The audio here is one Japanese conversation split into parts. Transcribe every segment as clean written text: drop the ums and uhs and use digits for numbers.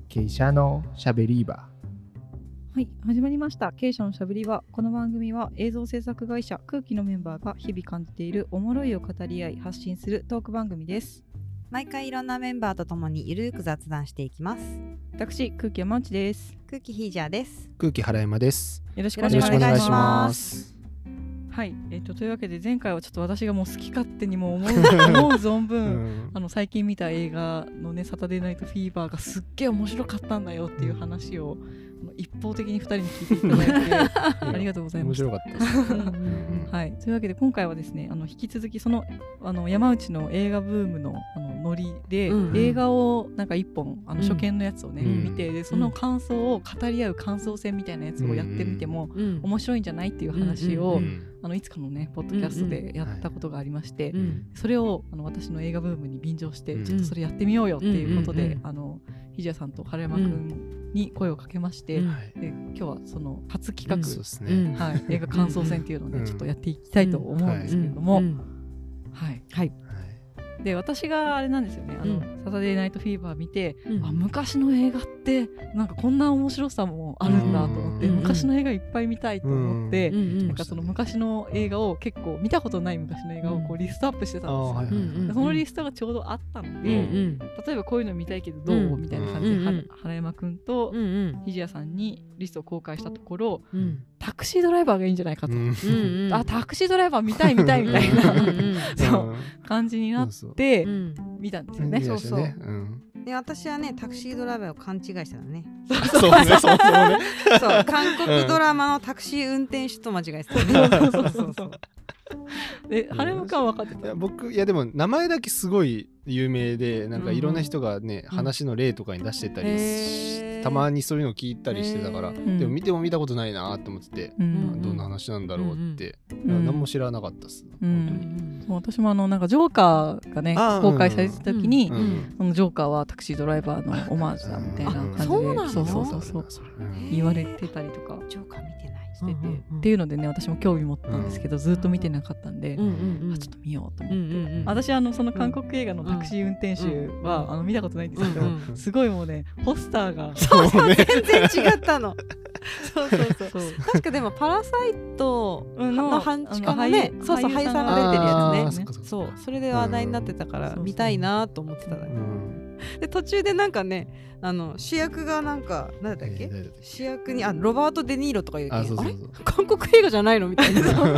傾斜のしゃべり場。 はい、始まりました経営者のしゃべり場。この番組は映像制作会社空気のメンバーが日々感じているおもろいを語り合い発信するトーク番組です。 毎回いろんなメンバーとともにゆるく雑談していきます。 私空気山内です。 空気ヒージャーです。 空気原山です。 よろしくお願いします。はい、というわけで前回はちょっと私がもう好き勝手にも思う存分、最近見た映画のね、サタデーナイトフィーバーがすっげえ面白かったんだよっていう話を一方的に2人に聞いていただいてありがとうございました。 面白かったですはい、というわけで今回はですね、引き続きその山内の映画ブームのノリで、映画をなんか一本初見のやつをね、見て、でその感想を語り合う感想戦みたいなやつをやってみても面白いんじゃないっていう話を、いつかのねポッドキャストでやったことがありまして、それを私の映画ブームに便乗して、ちょっとそれやってみようよっていうことで、ひじやさんと原山くんに声をかけまして、で今日はその初企画、はい、映画感想戦っていうのをね、ちょっとやっていきたいと思うんですけれども、はい、で私があれなんですよね、サタデーナイトフィーバー見て、昔の映画ってなんかこんな面白さもあるんだと思って、昔の映画いっぱい見たいと思って、なんかその昔の映画を結構見たことない昔の映画をこうリストアップしてたんですよ。そのリストがちょうどあったので、例えばこういうの見たいけどどう、みたいな感じで原山くんとひじやさんにリストを公開したところ、タクシードライバーがいいんじゃないかと、タクシードライバー見たいみたいなそう感じになって見たんですよね。 そう。で私はねタクシードライバーを勘違いしたのね。 そう韓国ドラマのタクシー運転手と間違えてたね。そう原山くんは分かってた？ 僕でも名前だけすごい有名で、なんかいろんな人がね、話の例とかに出してたり、たまにそういうのを聞いたりしてたから、でも見ても見たことないなと思ってて、どんな話なんだろうって、何も知らなかったっす、本当に。 私もなんかジョーカーがね公開されてた時に、そのジョーカーはタクシードライバーのオマージュだみたいな感じで、そう言われてたりとか。 ジョーカー見てないしてて、っていうのでね、私も興味持ったんですけど、ずっと見てなかったんで、ちょっと見ようと思って、私その韓国映画のタクシー運転手は見たことないんですけど、すごいもうねポスターが全然違ったの。そう確かでもパラサイトの半地下のね、俳優さんが出てるやつね。そうそれで話題になってたから見たいなと思ってた。で途中でなんかね、主役がなんか何だっけ、主役にロバート・デ・ニーロとか言うけど、あれ韓国映画じゃないのみたいな。そう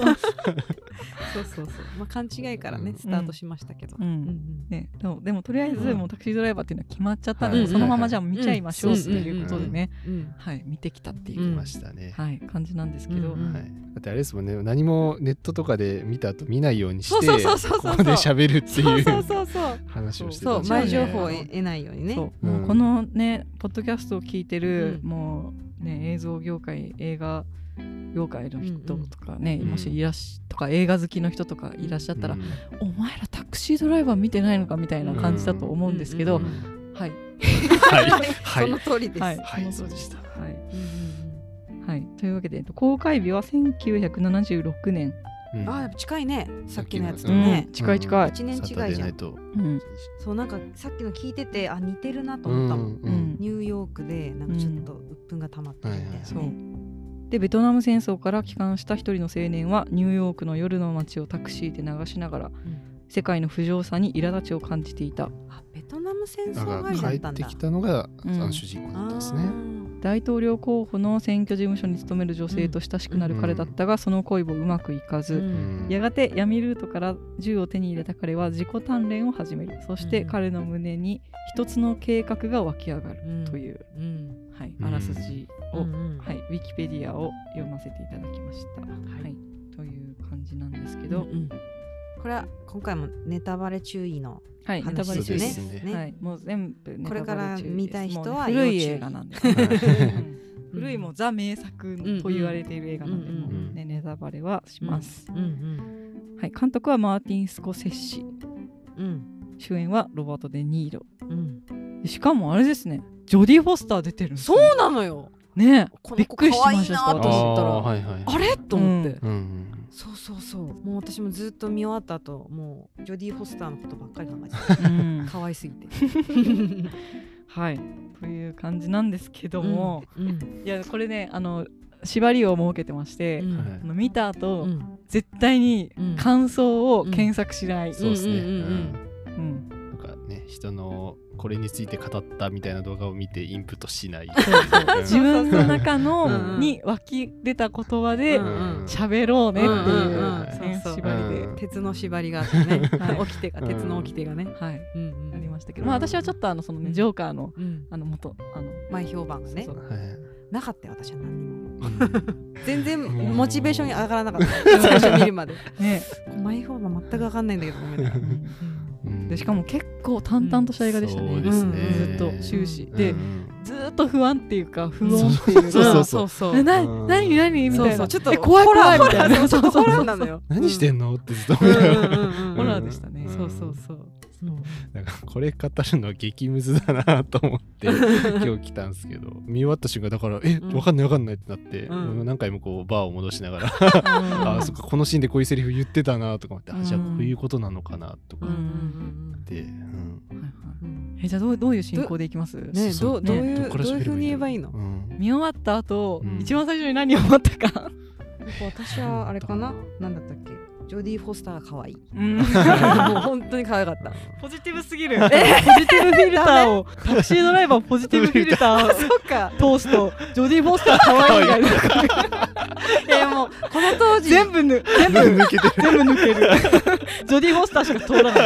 まあ勘違いからねスタートしましたけど、 でもとりあえずもうタクシードライバーっていうのは決まっちゃったので、そのままじゃあ見ちゃいましょうっていうことでね、見てきたっていう感じなんですけど、だってあれですもんね、何もネットとかで見た後見ないようにしてここで喋るっていう話をしてたんですよね。 前情報を得ないようにね。 このねポッドキャストを聞いてるもうね映像業界映画業界の人とかね、もしとか映画好きの人とかいらっしゃったら、お前らタクシードライバー見てないのかみたいな感じだと思うんですけど、 その通りです。 そうでした。 というわけで公開日は1976年。 近いね、さっきのやつとね。 近い 1年違いじゃん。そうなんかさっきの聞いてて似てるなと思ったもん。ニューヨークでなんかちょっと鬱憤が溜まってるみたいなね。 でベトナム戦争から帰還した一人の青年はニューヨークの夜の街をタクシーで流しながら、世界の不条さに苛立ちを感じていた。 ベトナム戦争が帰ってきたのが主人公だったんですね。 大統領候補の選挙事務所に勤める女性と親しくなる彼だったが、その恋もうまくいかず、やがて闇ルートから銃を手に入れた彼は自己鍛錬を始める。そして彼の胸に一つの計画が湧き上がるという、あらすじを、ウィキペディアを読ませていただきました。という感じなんですけど、 これは今回もネタバレ注意の話ネタバレ注意ですね。もう全部ネタバレ注意です。 これから見たい人は古い映画なんで、古いもザ名作と言われている映画なんで、もうねネタバレはします。監督はマーティン・スコセッシ、主演はロバート・デ・ニーロ、しかもあれですね、ジョディ・フォスター出てるんですよ。 そうなのよね、びっくりしました。私だったらあれと思って、 そうそうそう、もう私もずっと見終わった後もうジョディ・フォスターのことばっかり考えてた、可愛すぎてはいという感じなんですけども、いやこれね縛りを設けてまして、見た後、絶対に感想を検索しない、 そうですね、なんかね人のこれについて語ったみたいな動画を見てインプットしない自分の中のに湧き出た言葉で喋ろうねっていう縛りで、 鉄の縛りがあってね掟が鉄の掟がねありましたけど、 私はちょっとそのねジョーカーの元前評判がねなかったよ、私は何にも全然モチベーションに上がらなかった最初見るまで前評判全く分かんないんだけどごめんなさいでしかも結構淡々とした映画でしたね。ずっと終始で、ずっと不安っていうか不穏っていうか、 そうそう何みたいな、 ちょっと怖いみたいな、 ホラーなのよ。 何してんのってずっとホラーでしたね。 そうそうそう。 なんかこれ語るのは激ムズだなと思って今日来たんですけど、見終わった瞬間だからわかんないってなって、何回もこうバーを戻しながらあそっかこのシーンでこういうセリフ言ってたなとか思って、じゃあこういうことなのかなとかで、 じゃあどういう進行でいきます？ どういうふうに言えばいいの？ 見終わった後一番最初に何を思ったか。 私はあれかな、何だったっけ、ジョディ・フォスターが可愛い。もう本当に可愛かった。 ポジティブすぎる。ポジティブフィルターをタクシードライバーポジティブフィルターを通すとジョディ・フォスター可愛いみたいな。 もうこの当時全部抜ける。ジョディ・フォスターしか通らない。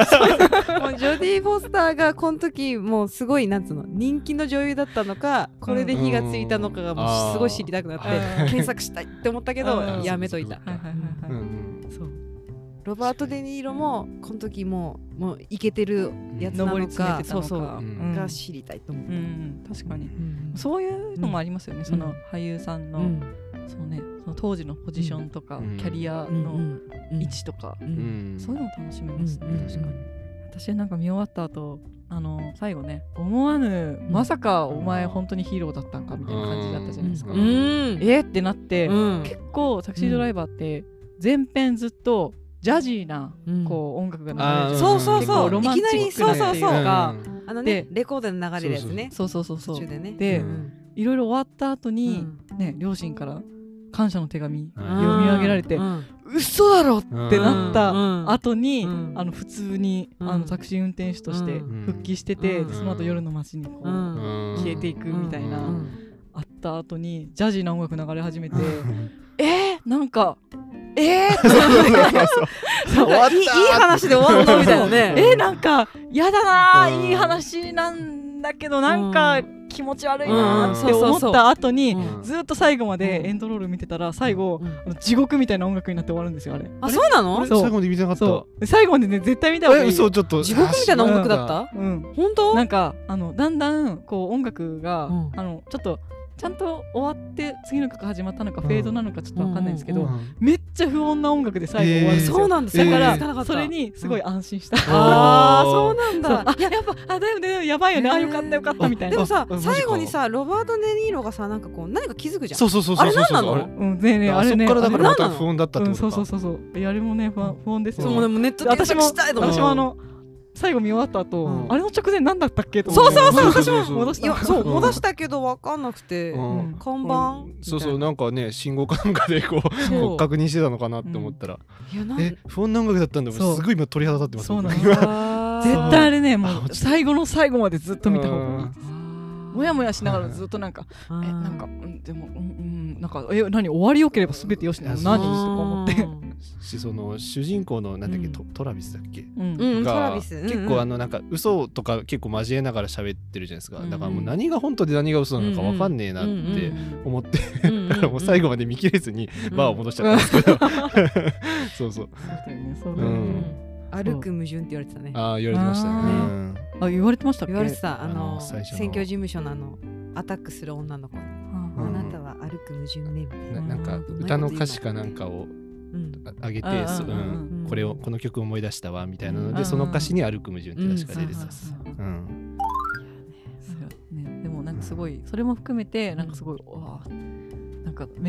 もうジョディ・フォスターがこの時もうすごいなんつうの人気の女優だったのか、これで火がついたのかがもうすごい知りたくなって検索したいって思ったけどやめといた。そうロバート・デ・ニーロもこの時もうイケてるやつなのか、そうが知りたいと思った。 確かにそういうのもありますよね。その俳優さんのその当時のポジションとかキャリアの位置とか、そういうのを楽しめますね。確かに私なんか見終わった後最後ね、思わぬまさかお前本当にヒーローだったんかみたいな感じだったじゃないですか。ってなって、結構タクシードライバーって前編ずっとジャジーなこう音楽が流れて、 そうそうそう、 ロマンチックなっていうか、 レコードで流れるやつね。 そうでいろいろ終わった後に両親から感謝の手紙読み上げられて、嘘だろってなった後に普通にタクシー運転手として復帰してて、その後夜の街にこう消えていくみたいなあった後にジャジーな音楽流れ始めてなんかいい話で終わったみたいなね。 なんかやだな、いい話なんだけどなんか気持ち悪いなって思った後にずっと最後までエンドロール見てたら、最後地獄みたいな音楽になって終わるんですよ。あれそうなの？ 最後まで見てなかった。 最後までね絶対見た方がいい。 嘘、ちょっと地獄みたいな音楽だった？本当？ なんかだんだんこう音楽がちょっとちゃんと終わって次の曲始まったのかフェードなのかちょっと分かんないんですけど、めっちゃ不穏な音楽で最後終わるんですよ。 そうなんです。 だからそれにすごい安心した。 そうなんだ。 やっぱだよね、やばいよね、よかったみたいな。 でもさ、最後にさロバート・デ・ニーロがさなんかこう何か気づくじゃん。 そうあれ何なの？ あれね、 そっからだからまた不穏だったってことか。 そうあれもね不穏ですよ。 でもネット検索したいと思って。 私も最後見終わった後、あれの直前なんだったっけと思って。私も戻した。 戻したけど分かんなくて、看板なんかね信号かなんかでこう確認してたのかなって思ったら、不穏な音楽だったんだ。すごい今鳥肌立ってます。 そうなんです。絶対あれね、もう最後の最後までずっと見た方がいいです。もやもやしながらずっとなんかでもなんか何終わりよければ全てよしなの何とか思って。 その主人公のなんだっけ、トラビスだっけ、 トラビス結構なんか嘘とか結構交えながら喋ってるじゃないですか。だからもう何が本当で何が嘘なのか分かんねえなって思ってだからもう最後まで見切れずにバーを戻しちゃったんですけどそう歩く矛盾って言われてたね。 言われてましたね。 言われてましたっけ？ 言われてた選挙事務所のアタックする女の子に、あなたは歩く矛盾ねみたいな。 なんか歌の歌詞かなんかをあげて、この曲思い出したわみたいなので、その歌詞に歩く矛盾って確か出てた。 でもなんかすごいそれも含めてなんかすごいなんか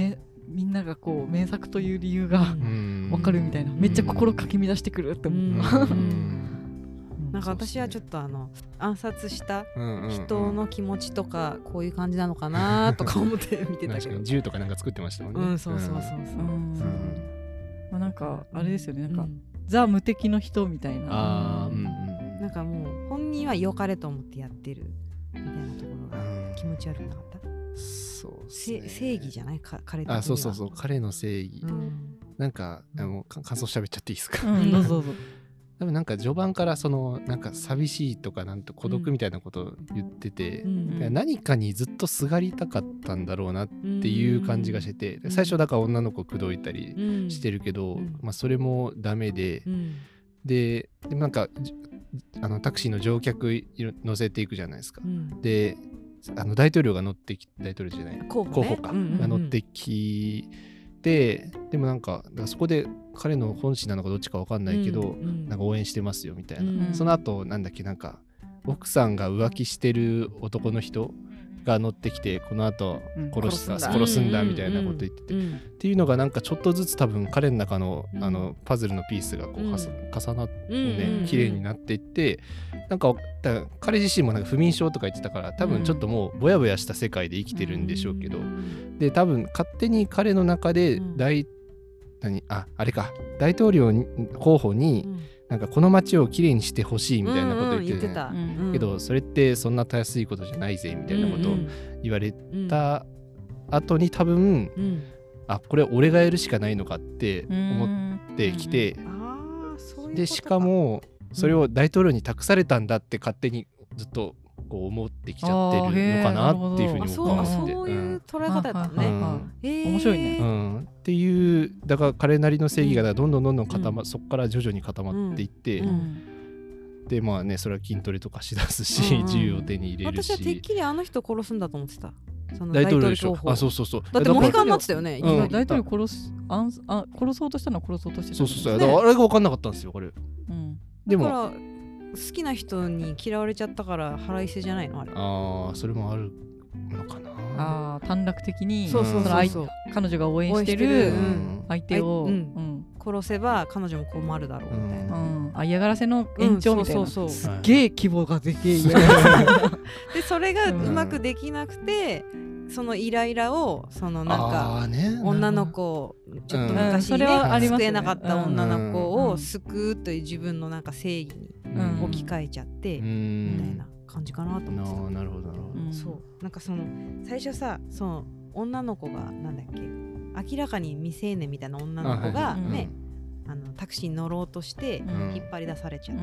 みんながこう名作という理由が分かるみたいな、めっちゃ心かき乱してくるって思った。 なんか私はちょっと暗殺した人の気持ちとかこういう感じなのかなとか思って見てたけど、 銃とかなんか作ってましたもんね。 そうそうそうそう。 まあなんかあれですよね、なんかザ無敵の人みたいな。 なんかもう本人は良かれと思ってやってるみたいなところが気持ち悪くなかった。 そうですね。 正義じゃないか彼的には。 そうそうそう、彼の正義。なんかもう感想喋っちゃっていいですか。 どうぞどうぞ。 多分なんか序盤からそのなんか寂しいとかなんと孤独みたいなことを言ってて、何かにずっとすがりたかったんだろうなっていう感じがしてて、最初だから女の子を口説いたりしてるけど、まあそれもダメで、でもなんかタクシーの乗客乗せていくじゃないですか。で大統領が乗ってき大統領じゃない候補かが乗ってきて、でもなんかそこで彼の本心なのかどっちか分かんないけど、なんか応援してますよみたいな、その後なんだっけ、なんか奥さんが浮気してる男の人が乗ってきて、この後殺すんだみたいなこと言ってて、っていうのがなんかちょっとずつ多分彼の中のパズルのピースがこう重なってね、綺麗になっていって、なんか彼自身もなんか不眠症とか言ってたから、多分ちょっともうぼやぼやした世界で生きてるんでしょうけど、で多分勝手に彼の中であれか、大統領候補になんかこの街をきれいにしてほしいみたいなこと言ってたけど、それってそんなたやすいことじゃないぜみたいなことを言われた後に多分、これ俺がやるしかないのかって思ってきて、でしかもそれを大統領に託されたんだって勝手にずっとこう思ってきちゃってるのかなっていうふうに思って、 そういう捉え方だったね。 面白いね。 っていうだから彼なりの正義がどんどんそこから徐々に固まっていって、でまあね、それは筋トレとかしだすし、銃を手に入れるし。 私はてっきりあの人殺すんだと思ってた。 大統領でしょ。そうだってモヒカンになってたよね。 大統領殺そうとしたのは殺そうとしてた。 そうだからあれが分かんなかったんですよこれ。 でも好きな人に嫌われちゃったから腹いせじゃないのあれ。 それもあるのかな。 短絡的に彼女が応援してる相手を殺せば彼女も困るだろうみたいな、 嫌がらせの延長みたいな、すっげえ規模がでけえでそれがうまくできなくて、そのイライラをそのなんか女の子をちょっと昔にね救えなかった女の子を救うという自分のなんか正義に置き換えちゃってみたいな感じかなと思ってた。 なるほどなるほど。 そうなんかその最初さ、その女の子がなんだっけ、明らかに未成年みたいな女の子がね、タクシーに乗ろうとして引っ張り出されちゃって、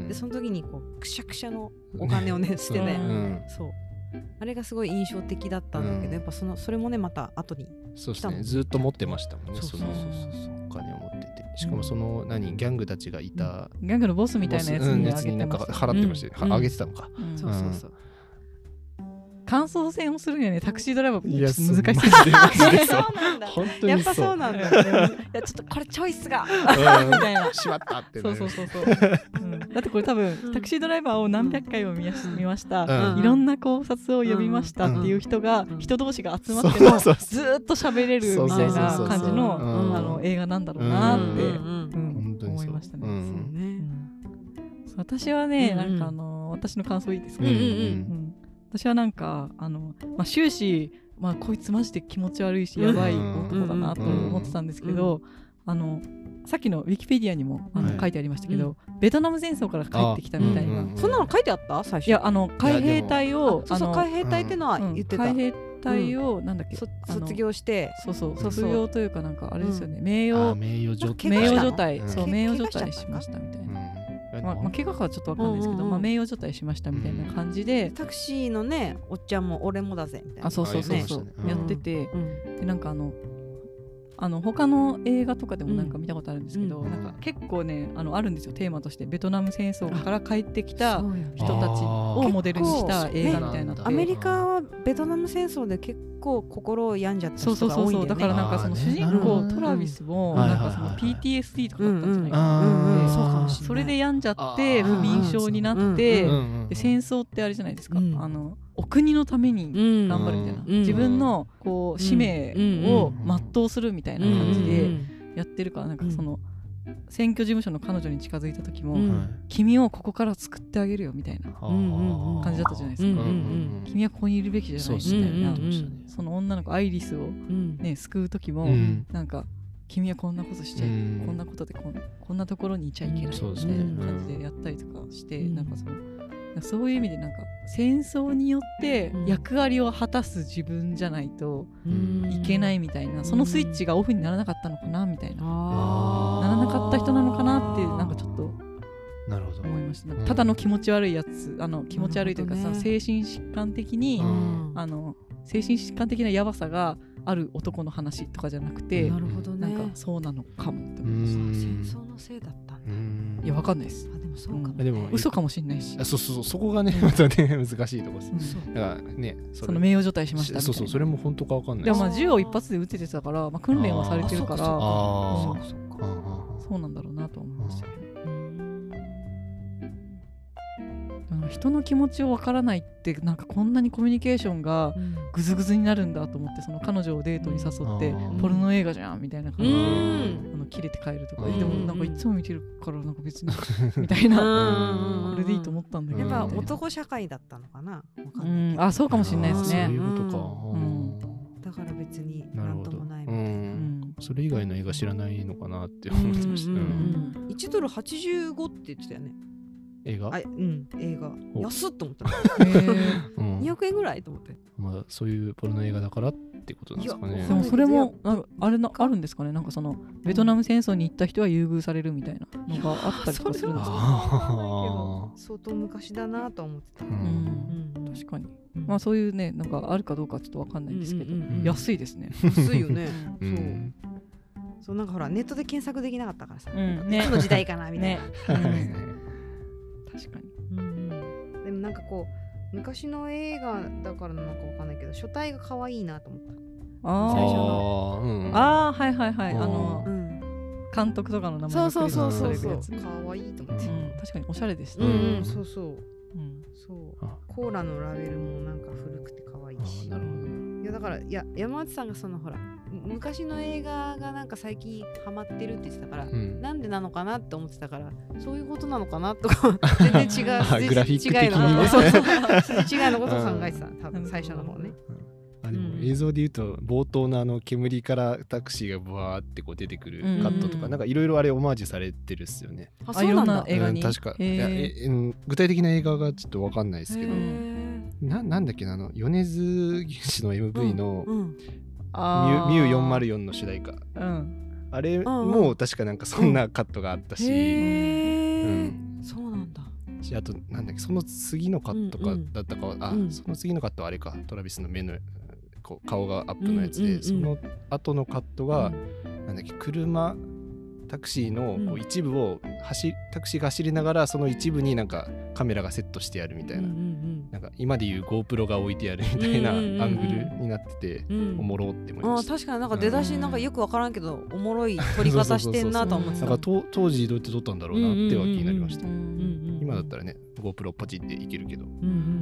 でその時にこうくしゃくしゃのお金をねしてね、そうあれがすごい印象的だったんだけど、やっぱそれもねまた後にそうですね、ずっと持ってましたもんね、そのお金を持ってて、しかもそのギャングたちがいたギャングのボスみたいなやつになんか払ってましたよ、あげてたのか。 そうそうそう。 感想戦をするにはね、タクシードライバーもちょっと難しいです。 そうなんだ。 本当にやっぱそうなんだ。いやちょっとこれチョイスがみたいな。 しまったってね。 そう。だってこれ多分タクシードライバーを何百回も見ました。いろんな考察を読みましたっていう人同士が集まってもずっと喋れるみたいな感じの映画なんだろうなって思いましたね。私はね、なんか私の感想いいですか。私はなんか終始、こいつマジで気持ち悪いしやばい男だなと思ってたんですけど、さっきのウィキペディアにも書いてありましたけど、ベトナム戦争から帰ってきたみたいな、 そんなの書いてあった最初。 いや海兵隊を海兵隊ってのは言ってた。 海兵隊をなんだっけ、 卒業して卒業というかなんかあれですよね、名誉状態しましたみたいな。怪我かはちょっと分かんないですけど、名誉状態しましたみたいな感じで、 タクシーのねおっちゃんも俺もだぜみたいな、 そうやってて、でなんか他の映画とかでもなんか見たことあるんですけど、なんか結構ねあるんですよ、テーマとしてベトナム戦争から帰ってきた人たちをモデルにした映画みたいな。 アメリカはベトナム戦争で結構心を病んじゃった人が多いんだよね。 だからなんかその主人公トラビスもなんかその PTSD とかだったんじゃないかな。 そうかもしれない。それで病んじゃって不眠症になって、で戦争ってあれじゃないですか、 国のために頑張るみたいな、自分のこう使命を全うするみたいな感じでやってるから、なんかその選挙事務所の彼女に近づいた時も、君をここから作ってあげるよみたいな感じだったじゃないですか。君はここにいるべきじゃないみたいな、その女の子アイリスをね救う時もなんか君はこんなことしちゃい、こんなことでこんなところにいちゃいけないみたいな感じでやったりとかして、なんかそういう意味でなんか戦争によって役割を果たす自分じゃないといけないみたいな、そのスイッチがオフにならなかったのかなみたいな、ならなかった人なのかなってなんかちょっと思いました。ただの気持ち悪いやつ、気持ち悪いというかさ、精神疾患的に精神疾患的なやばさがある男の話とかじゃなくて、 なるほどね、 なんかそうなのかもって思いました。 戦争のせいだったんだ。 いやわかんないです。 でもそうかも、 でも嘘かもしれないし、 そこがねまたね難しいところです。だからね、 その名誉除隊しましたみたいな。 それも本当かわかんない。 でも銃を一発で撃ててたから、訓練はされてるから、そうなんだろうなと思いましたけど。人の気持ちをわからないってなんかこんなにコミュニケーションがグズグズになるんだと思って、その彼女をデートに誘ってポルノ映画じゃんみたいな感じで切れて帰るとか、でもなんかいつも見てるからなんか別にみたいなこれでいいと思ったんだけど、 やっぱ男社会だったのかな。 あ、そうかもしれないですね。 そういうことか。 だから別になんともないみたいな。 それ以外の映画知らないのかなって思ってました。 1ドル85って言ってたよね。映画安っと思った200円ぐらいと思って、 そういうポルノ映画だからってことなんですかね。 でもそれもあるんですかね。なんかそのベトナム戦争に行った人は優遇されるみたいなのがあったりとかするんですか。 相当昔だなと思ってた。 確かに、そういうね、なんかあるかどうかちょっと分かんないんですけど、安いですね。 安いよね。そうなんかほらネットで検索できなかったからさ、この時代かなみたいな。確かに。でもなんかこう昔の映画だからなのかわかんないけど、書体が可愛いなと思った。最初の。 はいはいはい。監督とかの名前がそう可愛いと思って。 確かにおしゃれでした。 そう。コーラのラベルもなんか古くて可愛いし。なるほど。いやだから山内さんがそのほら昔の映画がなんか最近ハマってるって言ってたから、なんでなのかなって思ってたから、そういうことなのかなとか全然違うグラフィック的に違うのことを考えてた、多分最初の方ね。 でも映像で言うと冒頭の煙からタクシーがブワーってこう出てくるカットとか、なんかいろいろあれオマージュされてるっすよね。 そうなんだ。 映画に確か具体的な映画がちょっと分かんないですけど、なんだっけな、米津玄師の MV のミュー404の主題歌、あれも確かなんかそんなカットがあったし、 そうなんだ。 あとなんだっけ、その次のカットかだったか、その次のカットはあれか、トラビスの目の顔がアップのやつで、その後のカットがなんだっけ、タクシーの一部をタクシーが走りながらその一部になんかカメラがセットしてあるみたいな、なんか今でいう GoPro が置いてあるみたいなアングルになってて、おもろって思いました。 確かになんか出だしなんかよく分からんけどおもろい撮り方してんなと思ってた。 なんか当時どうやって撮ったんだろうなっては気になりました。今だったらね GoPro ポチっていけるけど、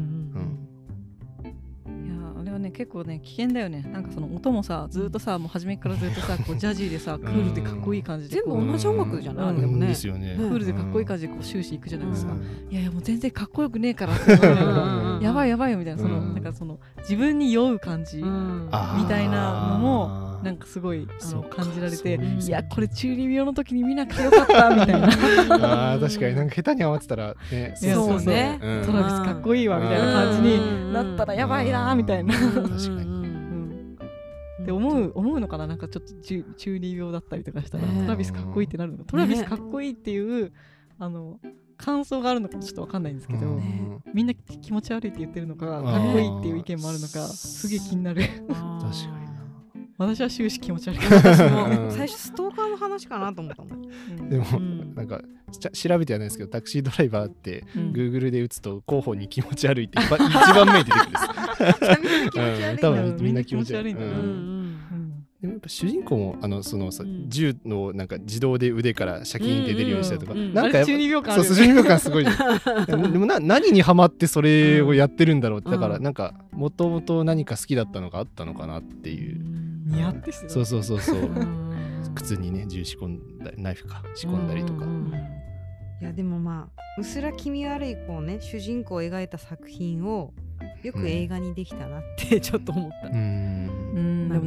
あれはね結構ね危険だよね。なんかその音もさずっとさもう初めからずっとさこうジャジーでさクールでかっこいい感じで全部同じ音楽じゃない。でもねですよね。 クールでかっこいい感じでこう終始いくじゃないですか。いやもう全然かっこよくねえからやばいやばいよみたいな、なんかその自分に酔う感じみたいなのもなんかすごい感じられて、いやこれ中二病の時に見なくてよかったみたいな。 確かになんか下手に合わせたらね、 そうね、 トラビスかっこいいわみたいな感じになったらやばいなみたいな。 確かに。 って思うのかな。なんかちょっと中二病だったりとかしたらトラビスかっこいいってなるの。トラビスかっこいいっていう感想があるのかちょっと分かんないんですけど、みんな気持ち悪いって言ってるのかかっこいいっていう意見もあるのかすげえ気になる。 確かに。 私は終始気持ち悪い。 私も最初ストーカーの話かなと思ったもん。 でもなんか調べてはないですけど、タクシードライバーって Google で打つと候補に気持ち悪いって一番目に出てくるんです。 多分みんな気持ち悪いんだ。 でもやっぱ主人公もそのさ、銃のなんか自動で腕からシャキーンって出るようにしたりとか、なんかやっぱ 12秒間あるよね。 そう12秒間すごいじゃんでも何にハマってそれをやってるんだろうって、だからなんかもともと何か好きだったのがあったのかなっていう、 似合ってそう靴にね銃仕込んだりナイフか仕込んだりとか、 いやでもまあうすら気味悪いこうね主人公を描いた作品をよく映画にできたなってちょっと思った。 でも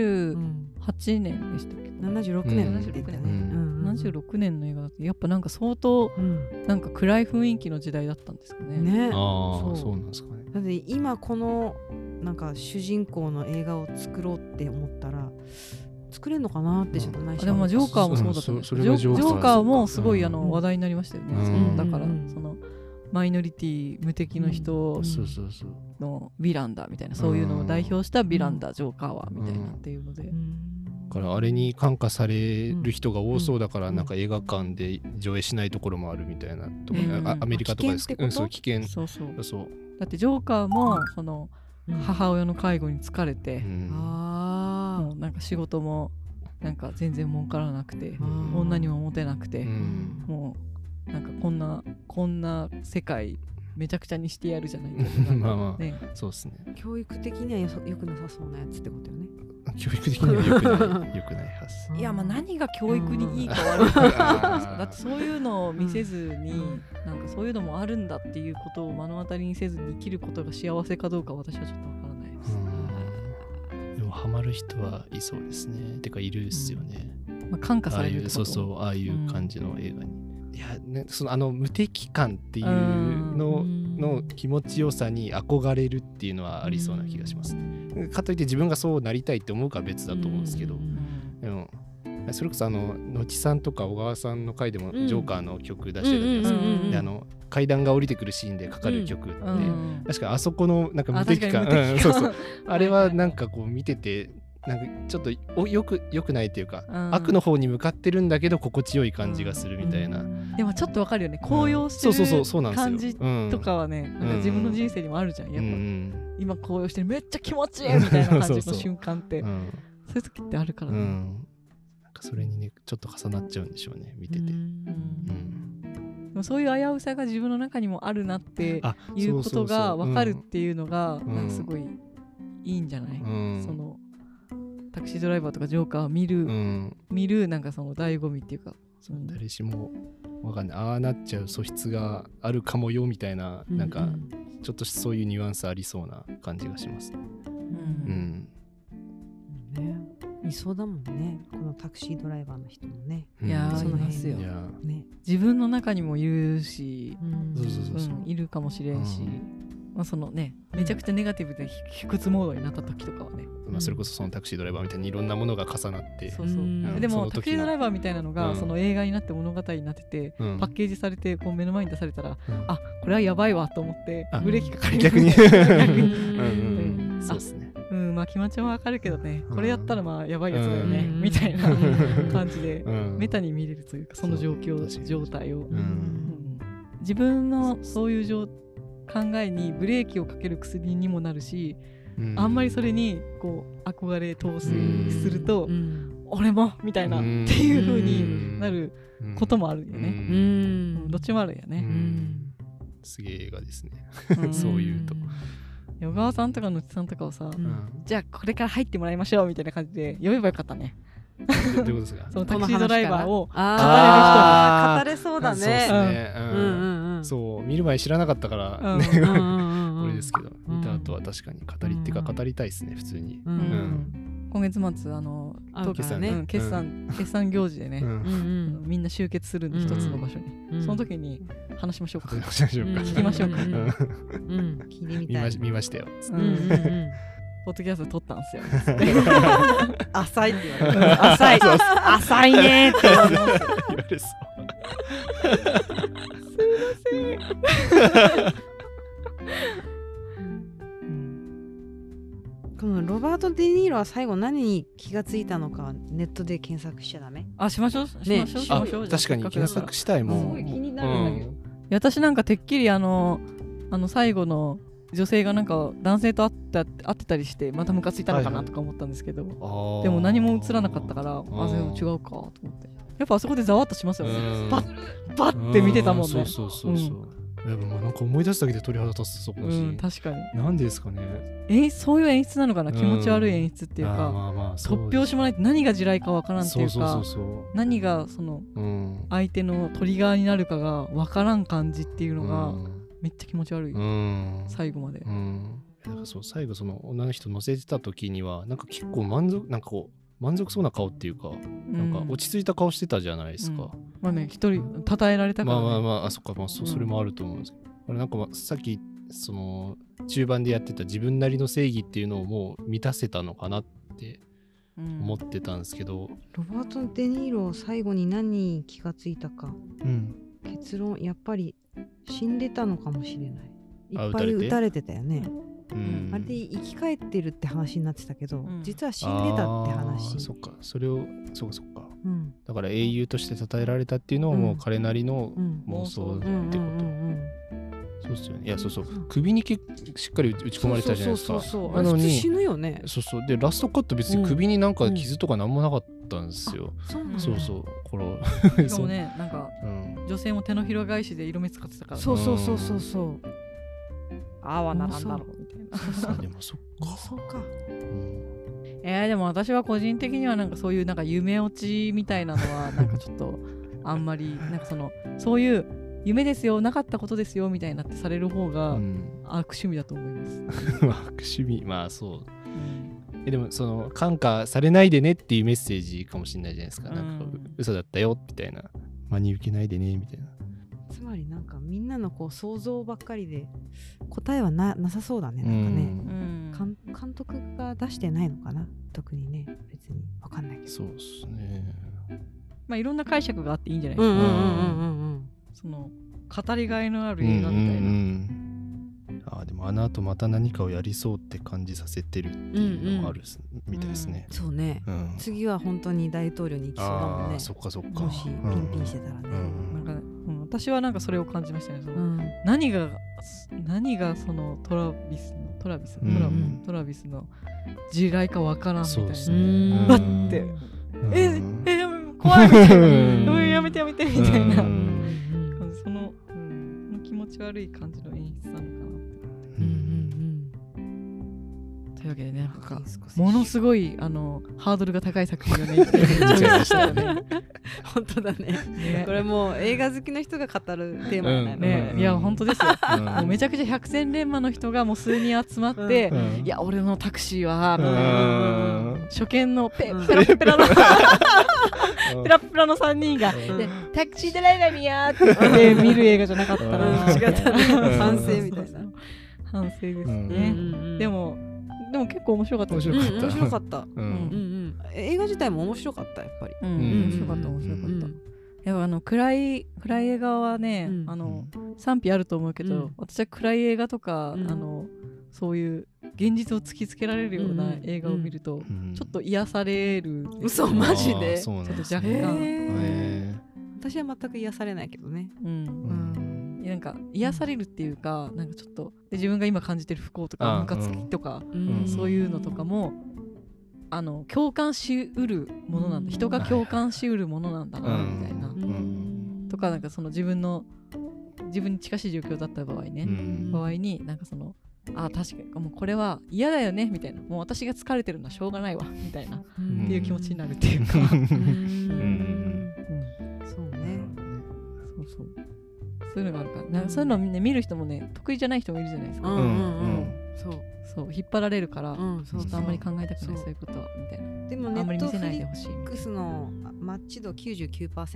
78年でしたっけ ？76年でしたね。76年の映画だってやっぱなんか相当なんか暗い雰囲気の時代だったんですかね。 ね。 そうなんですかね。 だって今このなんか主人公の映画を作ろうって思ったら作れるのかなってちょっと内緒。 でもジョーカーもそうだったんです。ジョーカーもすごい話題になりましたよね。だからそのマイノリティ無敵の人のヴィランだみたいな、そういうのを代表したヴィランだジョーカーはみたいなっていうので、 だからあれに感化される人が多そうだから、なんか映画館で上映しないところもあるみたいなところ、アメリカとかですけど、そう危険。そうだってジョーカーもその母親の介護に疲れて、もうなんか仕事もなんか全然儲からなくて、女にもモテなくて、もうなんかこんな世界めちゃくちゃにしてやるじゃないですか。 まあ、ね、そうですね。 教育的にはよくなさそうなやつってことよね。 教育的にはよくないはず。 いや、まあ何が教育にいいか悪いかですか。だってそういうのを見せずに、なんかそういうのもあるんだっていうことを目の当たりにせずに生きることが幸せかどうか私はちょっとわからないです。 でもハマる人はいそうですね。てかいるっすよね。 まあ感化されるってこと。 そうああいう感じの映画に。いやね、無敵感っていうのの気持ちよさに憧れるっていうのはありそうな気がします、ね、かといって自分がそうなりたいって思うかは別だと思うんですけど、でもそれこそのちさんとか小川さんの回でもジョーカーの曲出してたじゃないですか。で階段が降りてくるシーンでかかる曲って、確かあそこのなんか無敵感、あれはなんかこう見ててなんかちょっとよくないっていうか、悪の方に向かってるんだけど心地よい感じがするみたいな、 でもちょっとわかるよね、高揚してる感じとかはね、なんか自分の人生にもあるじゃん、やっぱ、今高揚してるめっちゃ気持ちいいみたいな感じの瞬間ってそういう時ってあるからね、 なんかそれにねちょっと重なっちゃうんでしょうね、見てて。 でもそういう危うさが自分の中にもあるなっていうことが分かるっていうのがなんかすごいいいんじゃない？そのタクシードライバーとかジョーカーを見るなんかその醍醐味っていうか、 誰しもわかんない、ああなっちゃう素質があるかもよみたいな、なんかちょっとそういうニュアンスありそうな感じがします。 いそうだもんね、このタクシードライバーの人もね。 いやいますよ、自分の中にもいるし、いるかもしれんし、そのね、めちゃくちゃネガティブで卑屈モードになった時とかはね、 それこそそのタクシードライバーみたいにいろんなものが重なって、 でもタクシードライバーみたいなのがその映画になって物語になってて、パッケージされてこう目の前に出されたら、あ、これはやばいわと思ってブレーキかかり逆にそうですね。 まあ気持ちもわかるけどね、これやったらまあやばいやつだよねみたいな感じでメタに見れるというか、その状態を自分のそういう考えにブレーキをかける薬にもなるし、あんまりそれにこう憧れ投資すると、俺もみたいなっていう風になることもあるよね。どっちもあるよね。 すげえ映画ですね。そういうと。 小川さんとかのちさんとかをさ、じゃあこれから入ってもらいましょうみたいな感じで呼べばよかったね。 どういうことですか？ そのタクシードライバーを語れそうだね。 そう見る前知らなかったからこれですけど、見た後は確かに語りっていうか語りたいですね、普通に。 今月末決算行事でね、みんな集結するんで一つの場所に、その時に話しましょうか、聞きましょうか、 聞いてみたい。 見ましたよ。 ポッドキャスト撮ったんですよ。 浅いって言われる。浅いねって言われそう。 すいません。 このロバート・デ・ニーロは最後何に気がついたのかネットで検索しちゃダメ？ しましょう。 確かに検索したいもん。 すごい気になるんだけど。 私なんかてっきり最後の女性がなんか男性と会ってたりしてまたムカついたのかなとか思ったんですけど、でも何も映らなかったからそれも違うかと思って、やっぱあそこでざわっとしますよね。バッて見てたもんね。 そうでもなんか思い出すだけで鳥肌立つそうだし、 確かになんでですかね。 そういう演出なのかな、気持ち悪い演出っていうか、突拍子もないって何が地雷かわからんっていうか、何がその相手のトリガーになるかがわからん感じっていうのがめっちゃ気持ち悪い、最後まで。 なんかそう最後その女の人乗せてた時にはなんか結構満足そうな顔っていうか、なんか落ち着いた顔してたじゃないですか。 まあね、一人称えられたからね。 そっか、それもあると思うんですけど、なんかさっきその中盤でやってた自分なりの正義っていうのをもう満たせたのかなって思ってたんですけど、 ロバート・デ・ニーロ最後に何に気がついたか、結論やっぱり死んでたのかもしれない。いっぱい撃たれてたよね。あれで生き返ってるって話になってたけど、実は死んでたって話。 そっか、それをそっか、だから英雄として称えられたっていうのはもう彼なりの妄想ってこと。そうですよね。いや、そう首にしっかり打ち込まれたじゃないですか。 なのに死ぬよね。 でラストカット別に首になんか傷とかなんもなかったんですよ。そうこれしかもね、なんか女性も手のひら返しで色目使ってたから。 そうああはならんだろうみたいな。 でもそっか。 そうか。 でも私は個人的にはなんかそういうなんか夢落ちみたいなのはなんかちょっとあんまりなんかそういう夢ですよ、なかったことですよみたいになってされる方が悪趣味だと思います。 悪趣味、まあそう。でもその感化されないでねっていうメッセージかもしれないじゃないですか。なんか嘘だったよみたいな、真に受けないでねみたいな。 つまりなんかみんなのこう想像ばっかりで答えは なさそうだね。なんかね、監督が出してないのかな、特にね、別に分かんないけど。 そうですね。 まあいろんな解釈があっていいんじゃないですか。その語りがいのある映画みたいな。 でもあの後また何かをやりそうって感じさせてるっていうのもあるみたいですね。 そうね、次は本当に大統領に行きそうだもんね。 そっかもしピンしてたらね。 なんか私はなんかそれを感じましたね。何がそのトラビスの地雷かわからんみたいな。バッて怖いみたいな。やめてみたいな。その気持ち悪い感じの演出なのかな。というわけでね、なんかものすごいハードルが高い作品をね本当だね。これもう映画好きの人が語るテーマだね。 いや本当ですよ。もうめちゃくちゃ百戦錬磨の人がもう数人集まって、いや俺のタクシーはみたいな、初見のペラッペラのペラッペラの3人がタクシードライバーにやーって見る映画じゃなかったな。 違ったね。反省みたいな。 反省ですね。でも結構面白かった。 面白かった。映画自体も面白かった、やっぱり。 面白かった。やっぱ暗い映画はね、賛否あると思うけど、私は暗い映画とかそういう現実を突きつけられるような映画を見るとちょっと癒される。 嘘、マジで？ ちょっと若干。 私は全く癒されないけどね。 なんか癒されるっていうか、なんかちょっと自分が今感じてる不幸とかムカつきとか、そういうのとかも共感しうるものなんだ、人が共感しうるものなんだなみたいな、とか、なんかその自分に近しい状況だった場合になんかその確かにもうこれは嫌だよねみたいな、もう私が疲れてるのはしょうがないわみたいなっていう気持ちになるっていうか。そうね。 そうそういうのがあるから、そういうのを見る人もね、得意じゃない人もいるじゃないですか。そう引っ張られるから、ちょっとあんまり考えたくない、そういうことはみたいな。 でもネットフリックスのマッチ度 99% だった。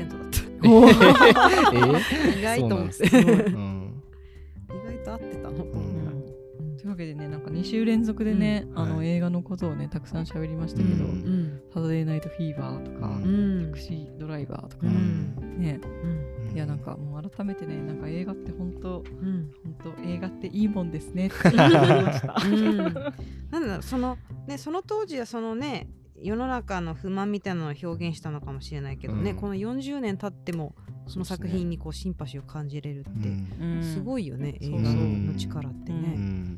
意外と思って。意外と合ってたの。 というわけでね、なんか2週連続でね、映画のことをねたくさん喋りましたけど、サタデーナイトフィーバーとか、タクシードライバーとかね。いや、なんかもう改めてね、なんか映画って本当映画っていいもんですねって思いました。 なんだその当時はそのね、世の中の不満みたいなのを表現したのかもしれないけどね、この40年経ってもその作品にこうシンパシーを感じれるってすごいよね、映画の力ってね。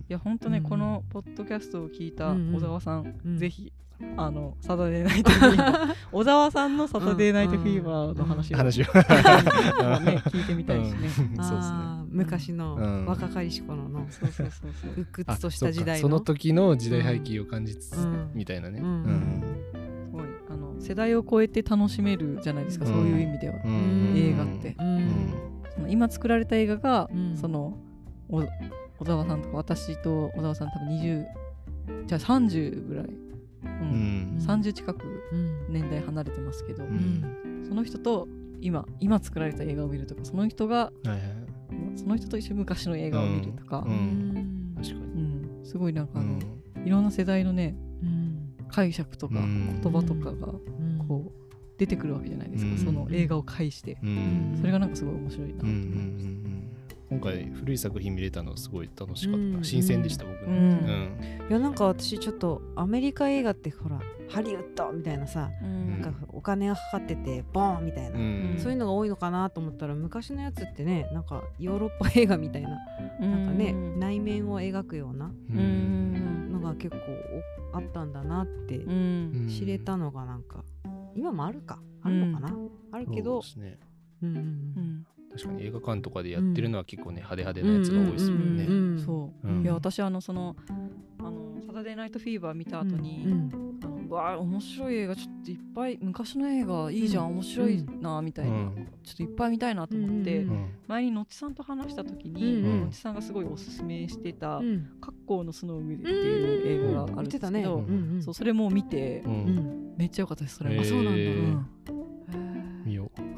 や本当ね、このポッドキャストを聞いた小沢さん、ぜひサタデーナイトフィーバー小沢さんのサタデーナイトフィーバーの話を聞いてみたいですね。 そうですね。昔の若かりし頃の鬱屈とした時代のその時の時代背景を感じつつみたいなね。 すごい世代を超えて楽しめるじゃないですか、そういう意味では映画って。今作られた映画がその小沢さんとか私と小沢さん多分20じゃあ30ぐらい。30近く年代離れてますけど、その人と今作られた映画を見るとか、その人と一緒に昔の映画を見るとか、確かに、すごいなんかいろんな世代のね、解釈とか言葉とかがこう出てくるわけじゃないですか、その映画を介して、それがなんかすごい面白いなと思いました。 今回古い作品見れたのすごい楽しかった、新鮮でした僕。 いやなんか私ちょっとアメリカ映画ってほらハリウッドみたいなさ、なんかお金がかかっててボーンみたいな、そういうのが多いのかなと思ったら、昔のやつってね、なんかヨーロッパ映画みたいな、なんかね内面を描くようなのが結構あったんだなって知れたのが、なんか今もあるのかな、あるけど、 確かに映画館とかでやってるのは結構ね、派手派手なやつが多いですもんね。 そう、いや私サタデーナイトフィーバー見た後に、面白い映画ちょっといっぱい、昔の映画いいじゃん、面白いなみたいな、ちょっといっぱい見たいなと思って、前にのっちさんと話した時に、のっちさんがすごいおすすめしてた「カッコウの巣の上」っていう映画があるんですけど、それも見てめっちゃ良かったです。それもそうなんだ。 見よう。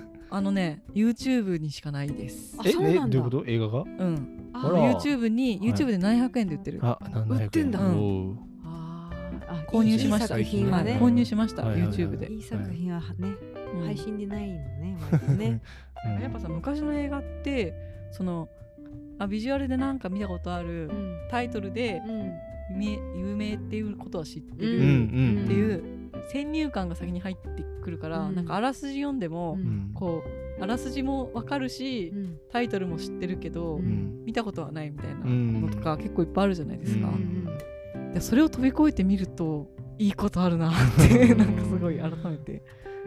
YouTube にしかないです。 どういうこと？映画が ？YouTube で700円で売ってる。 売ってんだ。 購入しました。購入しました。YouTube で。 いい作品はね、配信でないのね。 やっぱさ、昔の映画ってビジュアルでなんか見たことあるタイトルで有名っていうことは知ってるっていう先入観が先に入ってくるから、なんかあらすじ読んでもこうあらすじも分かるし、タイトルも知ってるけど見たことはないみたいなのとか結構いっぱいあるじゃないですか。でそれを飛び越えてみるといいことあるなってなんかすごい改めて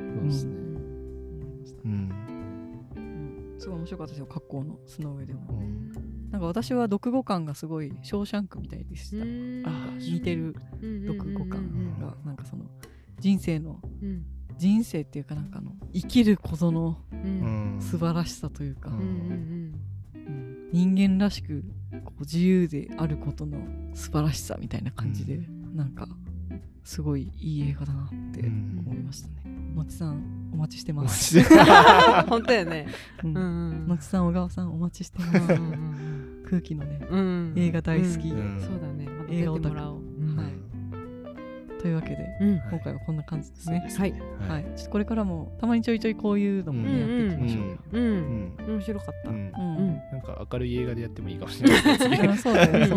すごい面白かったですよ、格好の巣の上でも。なんか私は読後感がすごいショーシャンクみたいでした。似てる読後感がなんかその人生っていうか、なんか生きることの素晴らしさというか、人間らしくこう自由であることの素晴らしさみたいな感じで、なんかすごいいい映画だなって思いましたね。のちさんお待ちしてます。 本当やね。 のちさん、小川さんお待ちしてます。空気のね、映画大好き。 そうだね。 映画オタク。というわけで、今回はこんな感じですね。はい。ちょっとこれからもたまにちょいちょいこういうのもね、やっていきましょうよ。 面白かった。 なんか明るい映画でやってもいいかもしれないですね。 そうだね。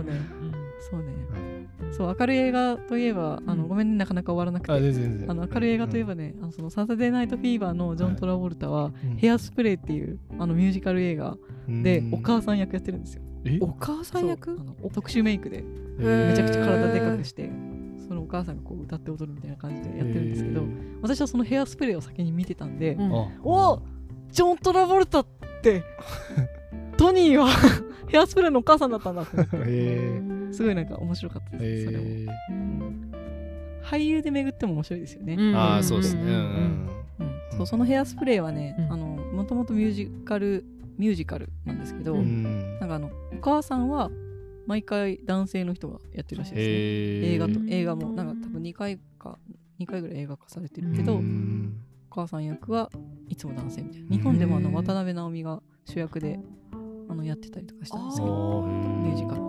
そう、明るい映画といえば、ごめんね、なかなか終わらなくて、明るい映画といえばね、そのサタデーナイトフィーバーのジョン・トラボルタは、ヘアスプレーっていうミュージカル映画でお母さん役やってるんですよ。 お母さん役？ 特殊メイクでめちゃくちゃ体でかくして、そのお母さんがこう歌って踊るみたいな感じでやってるんですけど、私はそのヘアスプレーを先に見てたんで、おジョン・トラボルタってトニーはヘアスプレーのお母さんだったんだって思って。すごいなんか面白かったです。それも俳優で巡っても面白いですよね。 そうですね。 そのヘアスプレーはね、もともとミュージカルなんですけど、なんかお母さんは毎回男性の人がやってるらしいですね。映画もなんか多分2回ぐらい映画化されてるけど、お母さん役はいつも男性みたいな。日本でも渡辺直美が主役でやってたりとかしたんですけど、ミュージカル。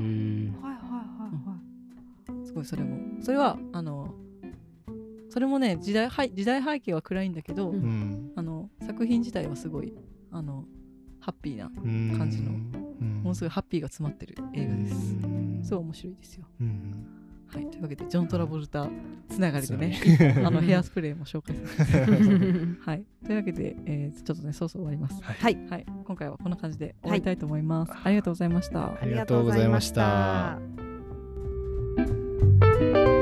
すごいそれはそれもね、時代背景は暗いんだけど、作品自体はすごいハッピーな感じの、ものすごいハッピーが詰まってる映画です。すごい面白いですよ。 はい、というわけでジョン・トラボルタつながりでねヘアスプレーも紹介させてはい、というわけで、ちょっとねそうそう終わります。はい、はい、今回はこんな感じで終わりたいと思います。ありがとうございました。 ありがとうございました。